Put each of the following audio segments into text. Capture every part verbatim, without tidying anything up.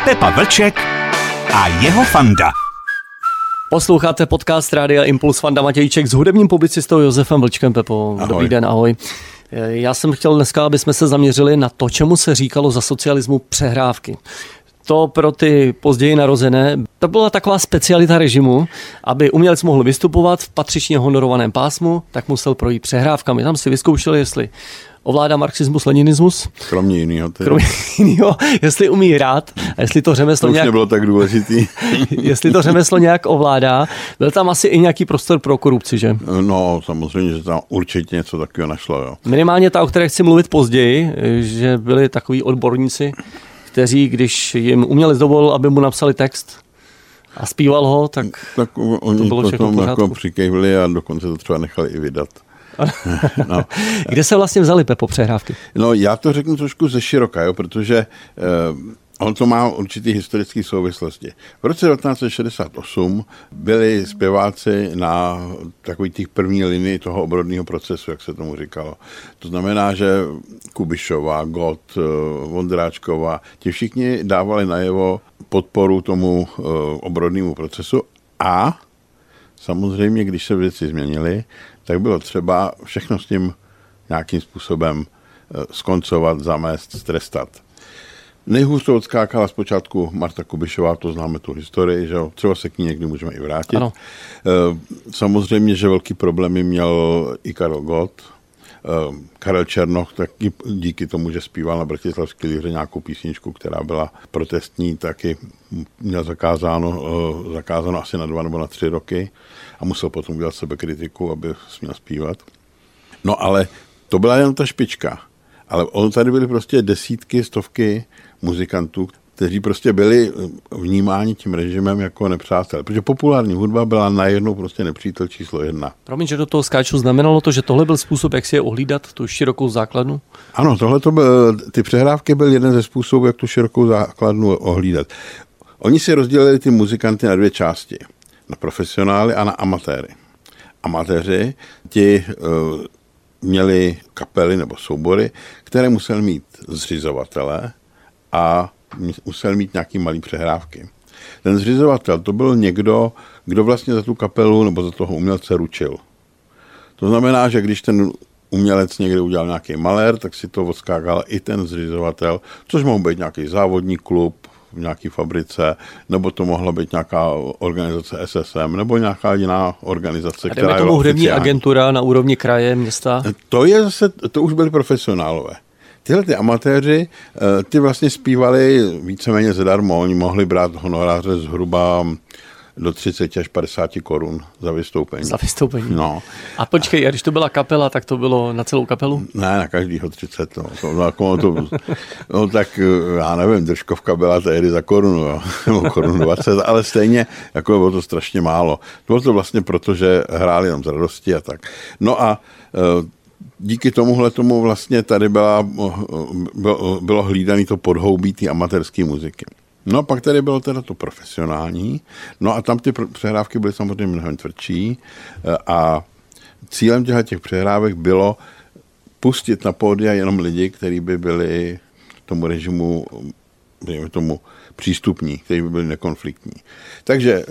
Pepa Vlček a jeho fanda. Posloucháte podcast Rádia Impuls, Fanda Matějček s hudebním publicistou Josefem Vlčkem. Pepo, ahoj. Dobrý den, ahoj. Já jsem chtěl dneska, aby jsme se zaměřili na to, čemu se říkalo za socialismu přehrávky. To pro ty později narozené, to byla taková specialita režimu, aby umělec mohl vystupovat v patřičně honorovaném pásmu, tak musel projít přehrávkami. Tam si vyzkoušeli, jestli ovládá marxismus, leninismus. Kromě jiného. Kromě jiného, jestli umí hrát a jestli to řemeslo to už nějak... nebylo tak důležitý. jestli to řemeslo nějak ovládá. Byl tam asi i nějaký prostor pro korupci, že? No, samozřejmě, že tam určitě něco takového našlo, jo. Minimálně ta, o které chci mluvit později, že byli takový odborníci, kteří, když jim umělec dovolil, aby mu napsali text a zpíval ho, tak, tak oni to bylo všechno v pořádku. Jako přikejvili a dokonce to třeba nechali i vydat. No. Kde se vlastně vzali, Pepo, přehrávky? No, já to řeknu trošku ze široka, jo, protože eh, on to má určitý historický souvislosti. V roce devatenáct set šedesát osm byli zpěváci na takový těch první linii toho obrodného procesu, jak se tomu říkalo. To znamená, že Kubišová, Gott, Vondráčková, ti všichni dávali najevo podporu tomu eh, obrodnému procesu a samozřejmě, když se věci změnily, tak bylo třeba všechno s tím nějakým způsobem skoncovat, zamést, strestat. Nejhůř to odskákala zpočátku Marta Kubišová, to známe tu historii, že jo? Třeba se k ní někdy můžeme i vrátit. Ano. Samozřejmě, že velký problémy měl i Karel Gott. Karel Černoch taky díky tomu, že zpíval na Bratislavské líře nějakou písničku, která byla protestní, taky měl zakázáno, zakázáno asi na dva nebo na tři roky a musel potom udělat sebekritiku, aby směl zpívat. No ale to byla jen ta špička. Ale on tady byly prostě desítky, stovky muzikantů, kteří prostě byli vnímáni tím režimem jako nepřátel. Protože populární hudba byla najednou prostě nepřítel číslo jedna. Promiň, že do toho skáču, znamenalo to, že tohle byl způsob, jak si je ohlídat, tu širokou základnu? Ano, tohle to byl, ty přehrávky byl jeden ze způsobů, jak tu širokou základnu ohlídat. Oni si rozdělili ty muzikanty na dvě části. Na profesionály a na amatéry. Amatéři, ti uh, měli kapely nebo soubory, které museli mít zřizovatele a musel mít nějaký malý přehrávky. Ten zřizovatel to byl někdo, kdo vlastně za tu kapelu nebo za toho umělce ručil. To znamená, že když ten umělec někde udělal nějaký malér, tak si to odskákal i ten zřizovatel, což mohl být nějaký závodní klub v nějaké fabrice, nebo to mohla být nějaká organizace S S M, nebo nějaká jiná organizace, a která je tomu hudební agentura na úrovni kraje, města? To je zase, to už byli profesionálové. Tyhle ty amatéři, ty vlastně zpívali víceméně zadarmo, oni mohli brát honoráře zhruba do třicet až padesát korun za vystoupení. Za vystoupení. No. A počkej, a když to byla kapela, tak to bylo na celou kapelu? Ne, na každýho třicet. No. To, to, to, no, tak já nevím, držkovka byla tehdy za korunu, jo. Nebo korunu dvacet, ale stejně jako bylo to strašně málo. Bylo to vlastně proto, že hráli jenom z radosti a tak. No a díky tomuhle tomu vlastně tady byla, bylo, bylo hlídané to podhoubí té amatérské muziky. No a pak tady bylo teda to profesionální, no a tam ty přehrávky byly samozřejmě mnohem tvrdší a cílem těchto těch přehrávek bylo pustit na pódia jenom lidi, kteří by byli tomu režimu, tomu přístupní, kteří by byli nekonfliktní. Takže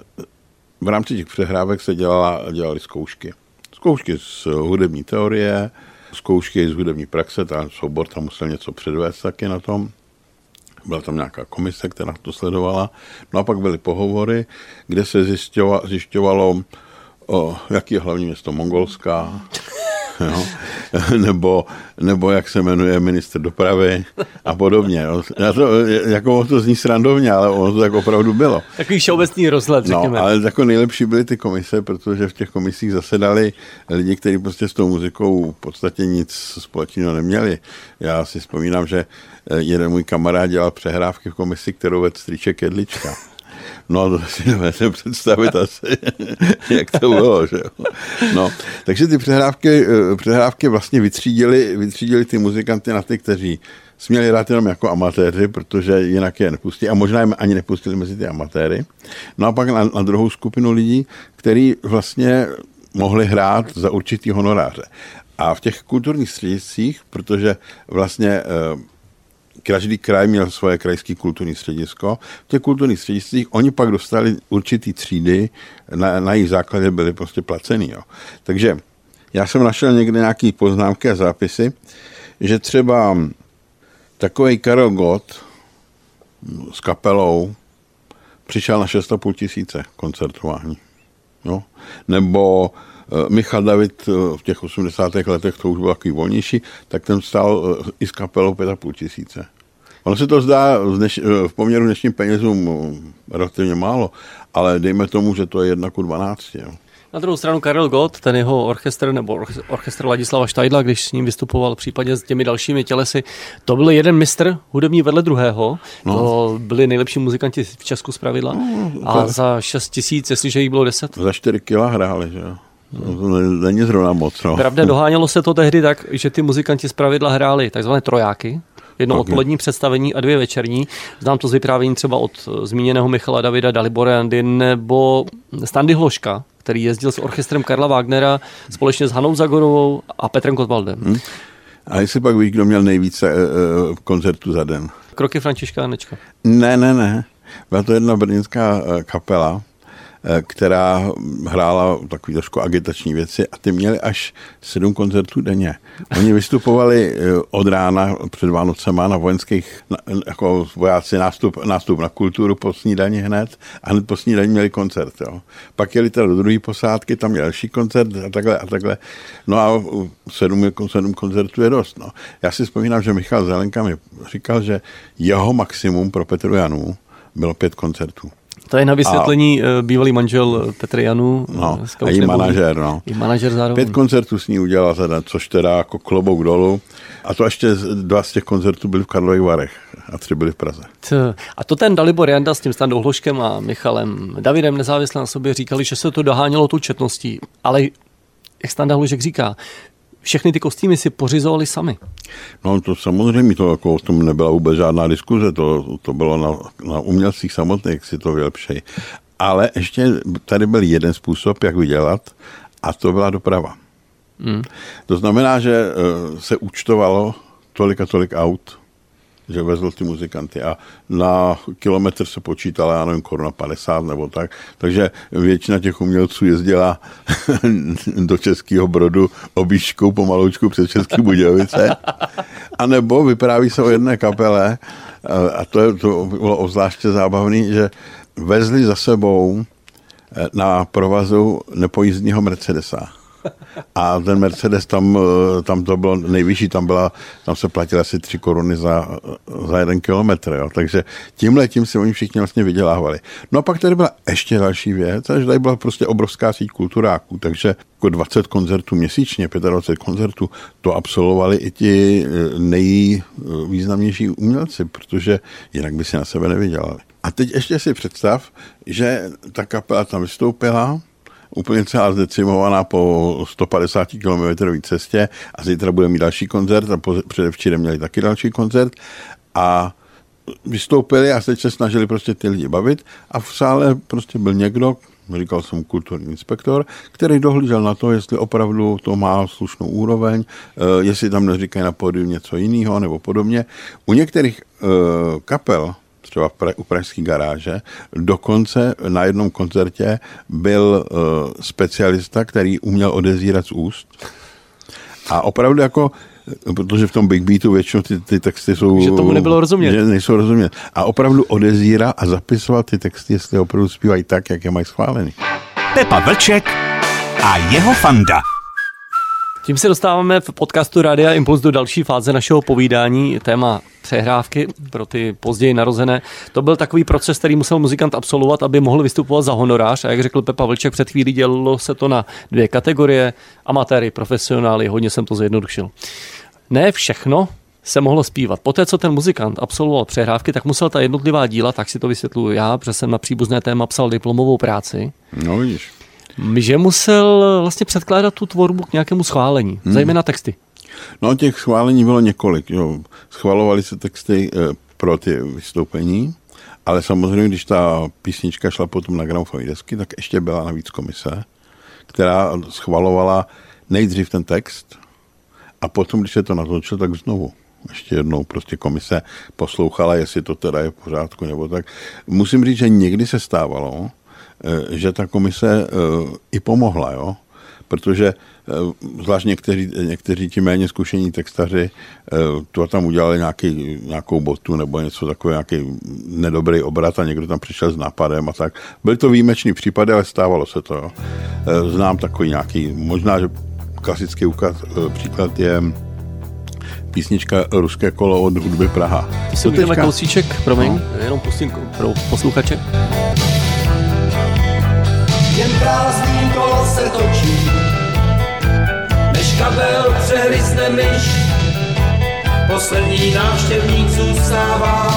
v rámci těch přehrávek se dělala, dělaly zkoušky. Zkoušky z hudební teorie, zkoušky z hudební praxe, ten soubor tam musel něco předvést taky na tom. Byla tam nějaká komise, která to sledovala. No a pak byly pohovory, kde se zjišťovalo, zjišťovalo o, jaký je hlavní město Mongolska, jo? nebo, nebo jak se jmenuje ministr dopravy a podobně. Já to, jako to zní srandovně, ale ono to tak opravdu bylo. Takový všeobecný rozhled, řekněme. No, ale jako nejlepší byly ty komise, protože v těch komisích zasedali lidi, kteří prostě s tou muzikou v podstatě nic společného neměli. Já si vzpomínám, že jeden můj kamarád dělal přehrávky v komisi, kterou vedl strýček Jedlička. No, to si dovedete představit asi, jak to bylo, že jo. No, takže ty přehrávky, přehrávky vlastně vytřídili, vytřídili ty muzikanty na ty, kteří směli hrát jenom jako amatéři, protože jinak je nepustí a možná je ani nepustili mezi ty amatéry. No a pak na, na druhou skupinu lidí, kteří vlastně mohli hrát za určitý honoráře. A v těch kulturních střediscích, protože vlastně každý kraj měl svoje krajské kulturní středisko. V těch kulturních střediscích oni pak dostali určitý třídy, na, na jejich základě byly prostě placený. Jo. Takže já jsem našel někde nějaké poznámky a zápisy, že třeba takovej Karel Gott s kapelou přišel na šest a půl tisíce koncertování. Jo. Nebo Michal David v těch osmdesátých letech, to už bylo takový volnější, tak ten stál i s kapelou pět a půl tisíce. Ono se to zdá v, dneš, v poměru dnešním penězům relativně málo, ale dejme tomu, že to je jedna ku dvanácti. Jo. Na druhou stranu Karel Gott, ten jeho orchestr nebo orchestr Ladislava Štajdla, když s ním vystupoval případně s těmi dalšími tělesy, to byl jeden mistr hudební vedle druhého. No. To byli nejlepší muzikanti v Česku zpravidla. No, a za šest tisíc, jestliže jich bylo deset? Za čtyři kila hráli, že jo. To není zrovna moc. No. Pravda, dohánělo se to tehdy tak, že ty muzikanti zpravidla hráli takzvané trojáky, jedno okay. odpolední představení a dvě večerní. Znám to z vyprávění třeba od zmíněného Michala Davida, Dalibora Jandy nebo Standy Hloška, který jezdil s orchestrem Karla Wagnera společně s Hanou Zagorovou a Petrem Kotwaldem. Hmm. A jestli pak víš, kdo měl nejvíce uh, koncertů za den? Kroky Františka Hanečka. Ne, ne, ne. Byla to jedna brněnská kapela, která hrála takové trošku agitační věci a ty měli až sedm koncertů denně. Oni vystupovali od rána před Vánocema na vojenských, jako vojáci nástup, nástup na kulturu po snídani hned a hned po snídani měli koncert. Jo. Pak jeli teda do druhé posádky, tam měl další koncert a takhle a takhle. No a sedm, sedm koncertů je dost. No. Já si vzpomínám, že Michal Zelenka mi říkal, že jeho maximum pro Petru Janu bylo pět koncertů. To je na vysvětlení a, bývalý manžel Petr Janu. No, a i manažer, no. I manažer zároveň. Pět koncertů s ní udělal za den, což teda jako klobouk dolů. A to ještě dva z těch koncertů byly v Karlových Varech a tři byly v Praze. T. A to ten Dalibor Janda s tím Standou Hloškem a Michalem Davidem nezávisle na sobě říkali, že se to dohánělo tou četností. Ale jak Standa Hlošek říká, všechny ty kostýmy si pořizovali sami. No to samozřejmě, to jako o tom nebyla vůbec žádná diskuze, to, to bylo na, na umělcích samotných, jak si to vylepšej. Ale ještě tady byl jeden způsob, jak vydělat, a to byla doprava. Hmm. To znamená, že se účtovalo tolik a tolik aut, že vezl ty muzikanty a na kilometr se počítala, já nevím, koruna padesát nebo tak, takže většina těch umělců jezdila do Českého Brodu objížďkou pomaloučku přes České Budějovice, a nebo vypráví se o jedné kapele, a to, je, to bylo obzvláště zábavný, že vezli za sebou na provazu nepojízdního Mercedesa. A ten Mercedes, tam, tam to bylo nejvyšší, tam, byla, tam se platilo asi tři koruny za, za jeden kilometr. Jo. Takže tímhle tím si oni všichni vlastně vydělávali. No a pak tady byla ještě další věc, že tady byla prostě obrovská síť kulturáků, takže jako dvacet koncertů měsíčně, dvacet pět koncertů, to absolvovali i ti nejvýznamnější umělci, protože jinak by si na sebe nevydělali. A teď ještě si představ, že ta kapela tam vystoupila, úplně celá zdecimovaná po sto padesát kilometrové cestě a zítra bude mít další koncert a předevčírem měli taky další koncert a vystoupili a teď se snažili prostě ty lidi bavit a v sále prostě byl někdo, říkal jsem kulturní inspektor, který dohlížel na to, jestli opravdu to má slušnou úroveň, jestli tam neříkají na pódiu něco jiného nebo podobně. U některých kapel třeba u pražské garáže, dokonce na jednom koncertě byl uh, specialista, který uměl odezírat z úst. A opravdu jako, protože v tom Big Beatu většinou ty, ty texty jsou... Že tomu nebylo rozumět. Že nejsou rozumět. A opravdu odezírá a zapisoval ty texty, jestli opravdu zpívají tak, jak je mají schválený. Pepa Vlček a jeho fanda. Tím se dostáváme v podcastu Rádia Impuls do další fáze našeho povídání, téma přehrávky pro ty později narozené. To byl takový proces, který musel muzikant absolvovat, aby mohl vystupovat za honorář. A jak řekl Pepa Vlček před chvílí, dělalo se to na dvě kategorie, amatéry, profesionály, hodně jsem to zjednodušil. Ne všechno se mohlo zpívat. Poté, co ten muzikant absolvoval přehrávky, tak musel ta jednotlivá díla, tak si to vysvětluji já, protože jsem na příbuzné téma psal diplomovou práci. No vidíš. Že musel vlastně předkládat tu tvorbu k nějakému schválení, hmm. zejména texty. No těch schválení bylo několik. Jo. Schvalovali se texty e, pro ty vystoupení, ale samozřejmě, když ta písnička šla potom na gramofonní desky, tak ještě byla navíc komise, která schvalovala nejdřív ten text a potom, když se to natočilo, tak znovu. ještě jednou prostě komise poslouchala, jestli to teda je v pořádku nebo tak. Musím říct, že někdy se stávalo, že ta komise i pomohla, jo? Protože zvlášť někteří, někteří ti méně zkušení textaři to tam udělali nějaký, nějakou botu nebo něco takové, nějaký nedobrý obrat a někdo tam přišel s nápadem a tak. Byly to výjimečný případy, ale stávalo se to. Jo. Znám takový nějaký, možná, že klasický ukaz, příklad je písnička Ruské kolo od hudby Praha. Ty si uděláme kousíček, promiň, no. Jenom pustím pro posluchače. Jen prázdný kolo se točí, než kabel přehryzne myš, poslední návštěvník zůstává,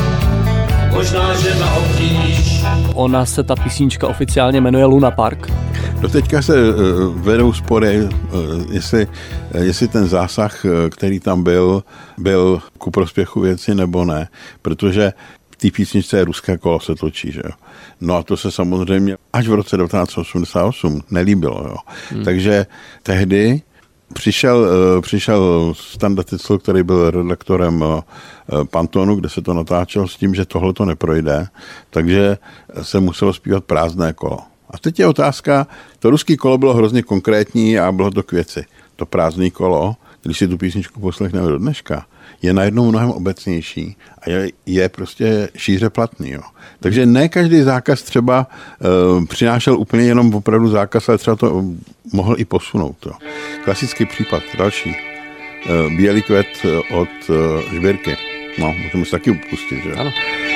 možná, že na obtíž. Ona se ta písnička oficiálně jmenuje Luna Park. Do teďka se vedou spory, jestli, jestli ten zásah, který tam byl, byl ku prospěchu věci nebo ne, protože v té písničce je Ruské kolo se točí, že jo. No a to se samozřejmě až v roce devatenáct set osmdesát osm nelíbilo, jo. Hmm. Takže tehdy přišel, přišel Standa Tycl, který byl redaktorem Pantonu, kde se to natáčelo s tím, že tohle to neprojde, takže se muselo zpívat Prázdné kolo. A teď je otázka, to ruský kolo bylo hrozně konkrétní a bylo to k věci. To Prázdné kolo, když si tu písničku poslechneme do dneška, je najednou mnohem obecnější a je, je prostě šíře platný. Jo. Takže ne každý zákaz třeba e, přinášel úplně jenom opravdu zákaz, ale třeba to mohl i posunout. Jo. Klasický případ, další. E, Bílý květ od e, Žbírky. No, můžeme se taky upustit, že? Ano.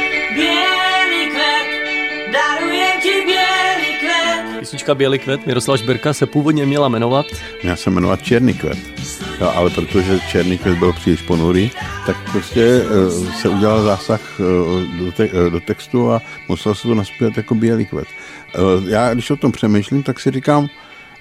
Bělý květ, darujem ti bělý květ. Písnička Bělý květ Miroslava Žbírka se původně měla jmenovat. Měla se jmenovat Černý květ. Jo, ale protože Černý květ byl příliš ponurý, tak prostě uh, se udělal zásah uh, do, te- uh, do textu a musel se to naspívat jako Bílý květ. Uh, já, když o tom přemýšlím, tak si říkám,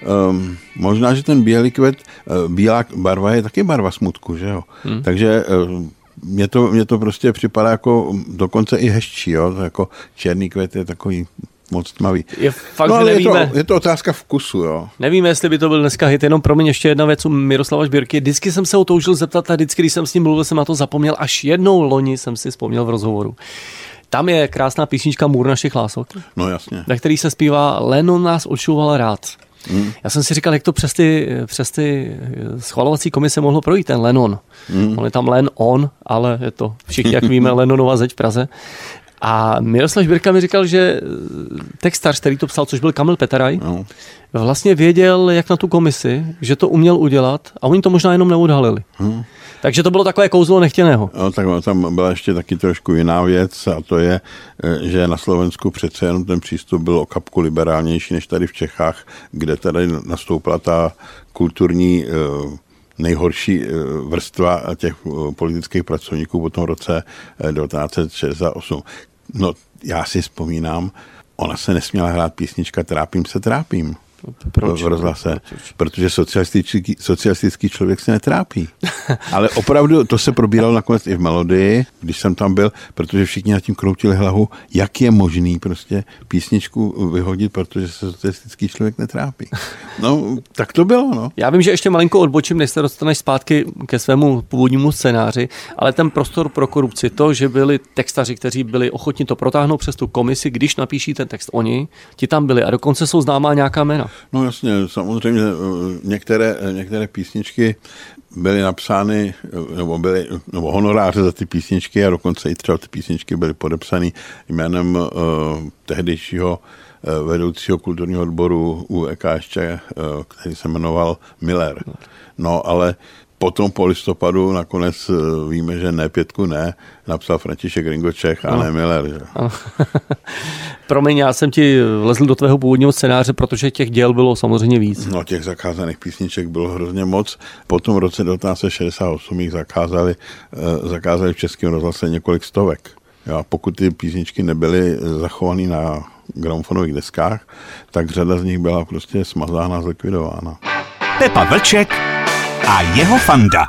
um, možná, že ten Bílý květ, uh, bílá barva je taky barva smutku, že jo? Hmm. Takže uh, mně to, mně to prostě připadá jako dokonce i hezčí, jo? Jako Černý květ je takový moc tmavý. Je fakt, no, ale nevíme. Je to, je to otázka vkusu, jo. Nevíme, jestli by to byl dneska hit, jenom pro mě ještě jedna věc u Miroslava Žbírky. Vždycky jsem se ho toužil zeptat a vždycky, když jsem s ním mluvil, jsem na to zapomněl. Až jednou loni jsem si vzpomněl v rozhovoru. Tam je krásná písnička Můr našich lások. No jasně. Na který se zpívá Lennon nás očuval rád. Hmm. Já jsem si říkal, jak to přes ty, přes ty schvalovací komise mohlo projít ten Lennon. Hmm. On je tam Len on, ale je to všichni, jak víme, Lennonova zeď v Praze. A Miroslav Žbírka mi říkal, že textař, který to psal, což byl Kamil Petaraj, no. vlastně věděl, jak na tu komisi, že to uměl udělat a oni to možná jenom neodhalili. Hmm. Takže to bylo takové kouzlo nechtěného. No, tak tam byla ještě taky trošku jiná věc a to je, že na Slovensku přece jenom ten přístup byl o kapku liberálnější než tady v Čechách, kde tady nastoupila ta kulturní nejhorší vrstva těch politických pracovníků po tom roce devatenáct set šedesát osm. No, já si vzpomínám, ona se nesměla hrát písnička Trápím se, trápím. Proč? V rozhlase, protože socialistický, socialistický člověk se netrápí. Ale opravdu to se probíralo nakonec i v melodii, když jsem tam byl, protože všichni nad tím kroutili hlavu, jak je možný prostě písničku vyhodit, protože se socialistický člověk netrápí. No, tak to bylo, no. Já vím, že ještě malinko odbočím, než se dostaneš zpátky ke svému původnímu scénáři, ale ten prostor pro korupci, to, že byli textaři, kteří byli ochotni to protáhnout přes tu komisi, když napíší ten text oni, ti tam byli a dokonce jsou známá nějaká jména. No jasně, samozřejmě některé, některé písničky byly napsány, nebo byly nebo honoráře za ty písničky a dokonce i třeba ty písničky byly podepsány jménem uh, tehdejšího uh, vedoucího kulturního odboru u E K S Č, uh, který se jmenoval Miller. No ale potom po listopadu nakonec víme, že ne pětku ne, napsal František Ringočech a no. ne Miller. Že? No. Promiň, já jsem ti vlezl do tvého původního scénáře, protože těch děl bylo samozřejmě víc. No, těch zakázaných písniček bylo hrozně moc. Potom v roce devatenáct set šedesát osm jich zakázali, zakázali v Českém rozhlase několik stovek. Jo, pokud ty písničky nebyly zachované na gramofonových deskách, tak řada z nich byla prostě smazána, zlikvidována. Pepa Vlček a jeho fanda.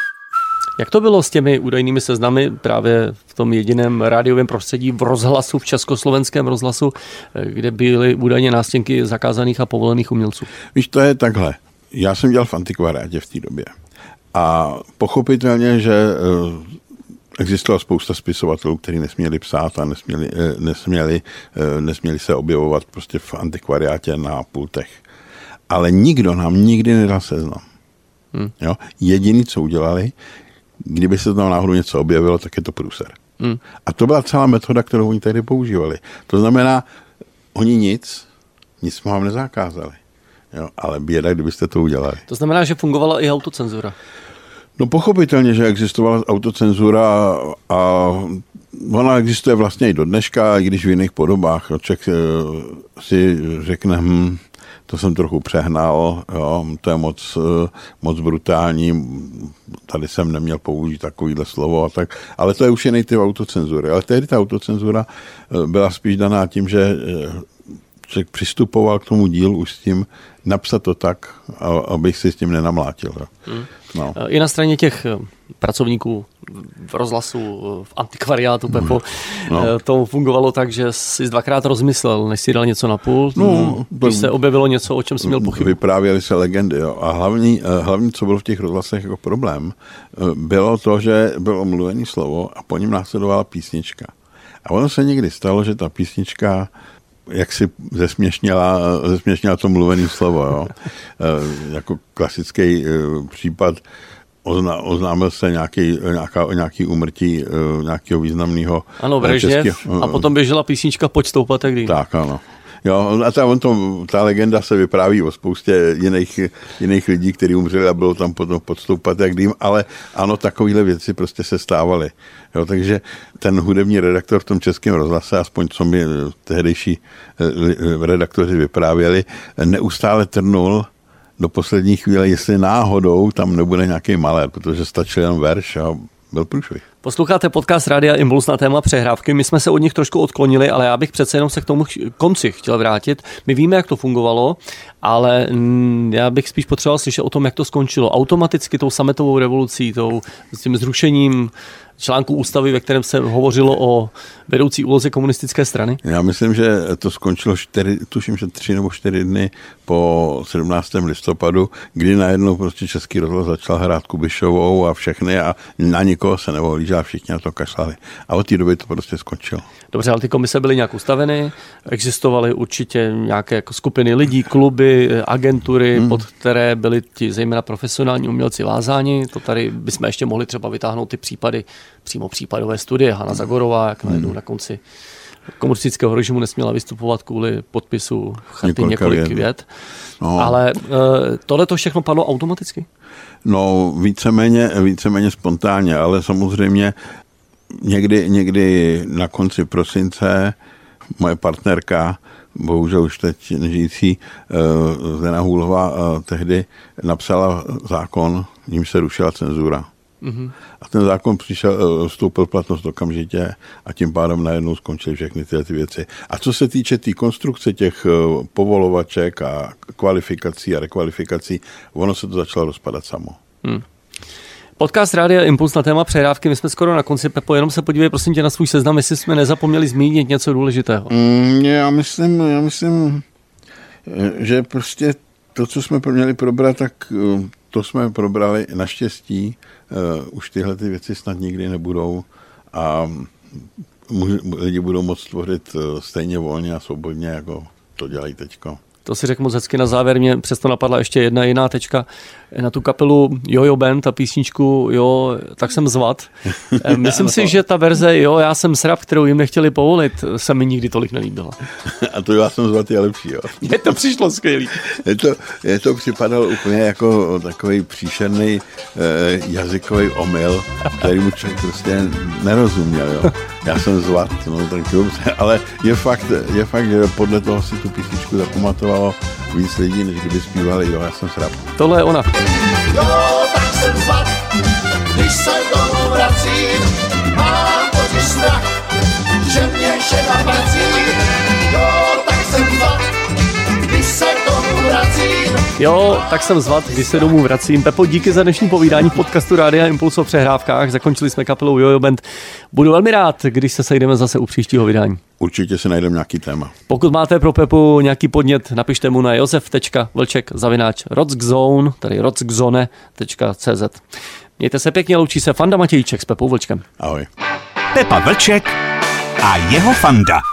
Jak to bylo s těmi údajnými seznamy právě v tom jediném rádiovém prostředí v rozhlasu, v československém rozhlasu, kde byly údajně nástěnky zakázaných a povolených umělců? Víš, to je takhle. Já jsem dělal v antikvariátě v té době. A pochopitelně, že existovala spousta spisovatelů, kteří nesměli psát a nesměli, nesměli, nesměli se objevovat prostě v antikvariátě na pultech. Ale nikdo nám nikdy nedal seznam. Hmm. Jo? Jediný, co udělali, kdyby se tam náhodou něco objevilo, tak je to průser. Hmm. A to byla celá metoda, kterou oni tehdy používali. To znamená, oni nic, nic jsme vám nezakázali. Jo? Ale běda, kdybyste to udělali. To znamená, že fungovala i autocenzura. No pochopitelně, že existovala autocenzura a ona existuje vlastně i do dneška, i když v jiných podobách. Člověk si řekne, hm, to jsem trochu přehnal, jo, to je moc, moc brutální, tady jsem neměl použít takovýhle slovo a tak, ale to je už jiný typ autocenzury. Ale tehdy ta autocenzura byla spíš daná tím, že člověk přistupoval k tomu dílu už s tím napsat to tak, abych si s tím nenamlátil. Hmm. No. I na straně těch pracovníků v rozhlasu, v antikvariátu Pepo, no. To fungovalo tak, že jsi dvakrát rozmyslel, než si dal něco na pult, no, když se objevilo něco, o čem jsi měl pochybu. Vyprávěly se legendy. Jo. A hlavní, hlavní, co bylo v těch rozhlasech jako problém, bylo to, že bylo mluvené slovo a po něm následovala písnička. A ono se někdy stalo, že ta písnička jak si zesměšnila, zesměšnila to mluvené slovo. Jo. Jako klasický případ ozna, oznámil se nějaký, nějaká, nějaký úmrtí nějakého významného. Ano, Brežněv. A potom běžela písnička Pojď stoupat, jak dým. Tak, ano. Jo, a ta, on to, ta legenda se vypráví o spoustě jiných, jiných lidí, kteří umřeli a bylo tam potom podstoupat jak dým, ale ano, takovéhle věci prostě se stávaly. Jo, takže ten hudební redaktor v tom Českém rozhlase, aspoň co mi tehdejší redaktoři vyprávěli, neustále trnul do poslední chvíle, jestli náhodou tam nebude nějaký malér, protože stačil jen verš a byl průšvih. Posloucháte podcast Rádia Impuls na téma přehrávky. My jsme se od nich trošku odklonili, ale já bych přece jenom se k tomu konci chtěl vrátit. My víme, jak to fungovalo, ale já bych spíš potřeboval slyšet o tom, jak to skončilo. Automaticky tou sametovou revolucí, tou, s tím zrušením článku ústavy, ve kterém se hovořilo o vedoucí úloze komunistické strany? Já myslím, že to skončilo čtyři, tuším, že tři nebo čtyři dny po sedmnáctého listopadu, kdy najednou prostě Český rozhlas začal hrát Kubišovou a všechny a na nikoho se neohlížel a všichni na to kašlali. A od té doby to prostě skončilo. Dobře, ale ty komise byly nějak ustaveny, existovaly určitě nějaké jako skupiny lidí, kluby, agentury, hmm. pod které byli ti zejména profesionální umělci vázáni. To tady bychom ještě mohli třeba vytáhnout ty případy, přímo případové studie. Hana Zagorová, jak najednou hmm. na konci komunistického režimu nesměla vystupovat kvůli podpisu charty několik vět. No. Ale tohle to všechno padlo automaticky? No, víceméně, víceméně spontánně, ale samozřejmě někdy, někdy na konci prosince moje partnerka, bohužel už teď nežijící, Zdena Hůlová, tehdy napsala zákon, ním se rušila cenzura. Mm-hmm. A ten zákon přišel, vstoupil platnost okamžitě a tím pádem najednou skončily všechny tyhle ty věci. A co se týče té tý konstrukce těch povolovaček a kvalifikací a rekvalifikací, ono se to začalo rozpadat samo. Hmm. Podcast Rádia Impuls na téma přehrávky. My jsme skoro na konci, Pepo, jenom se podívej prosím tě na svůj seznam, jestli jsme nezapomněli zmínit něco důležitého. Mm, já myslím, já myslím, že prostě to, co jsme měli probrat, tak to jsme probrali. Naštěstí uh, už tyhle ty věci snad nikdy nebudou a může, lidi budou moct tvořit uh, stejně volně a svobodně, jako to dělají teďko. To si řekl moc hezky na závěr, mě přesto napadla ještě jedna jiná tečka na tu kapelu Jojo Band a písničku Jo, tak jsem zvat. Myslím si, že ta verze Jo, já jsem srab, kterou jim nechtěli povolit, se mi nikdy tolik nelíbila. A to Já jsem zvat je lepší, jo. Mně to přišlo skvělý. Je to, je to připadalo úplně jako takový příšerný eh, jazykový omyl, který mu člověk prostě nerozuměl, jo. Já jsem zvat, no tak dobře, ale je fakt, je fakt, že podle toho si tu písničku zapamatovalo víc lidí, než kdyby zpívali Jo, já jsem srab. Tohle je ona. Jo, tak jsem zvat, když se domů vracím, mám totiž strach, že mě žena vrací. Jo, tak jsem zvat, když se domů vracím, Jo, tak jsem zvat, když se domů vracím. Pepo, díky za dnešní povídání v podcastu Rádia Impuls o přehrávkách. Zakončili jsme kapelou Jojo Band. Budu velmi rád, když se sejdeme zase u příštího vydání. Určitě si najdeme nějaký téma. Pokud máte pro Pepu nějaký podnět, napište mu na josef tečka vlček zavináč rockzone, tedy rockzone tečka cé zet. Mějte se pěkně, loučí se Fanda Matějček s Pepou Vlčkem. Ahoj. Pepa Vlček a jeho Fanda.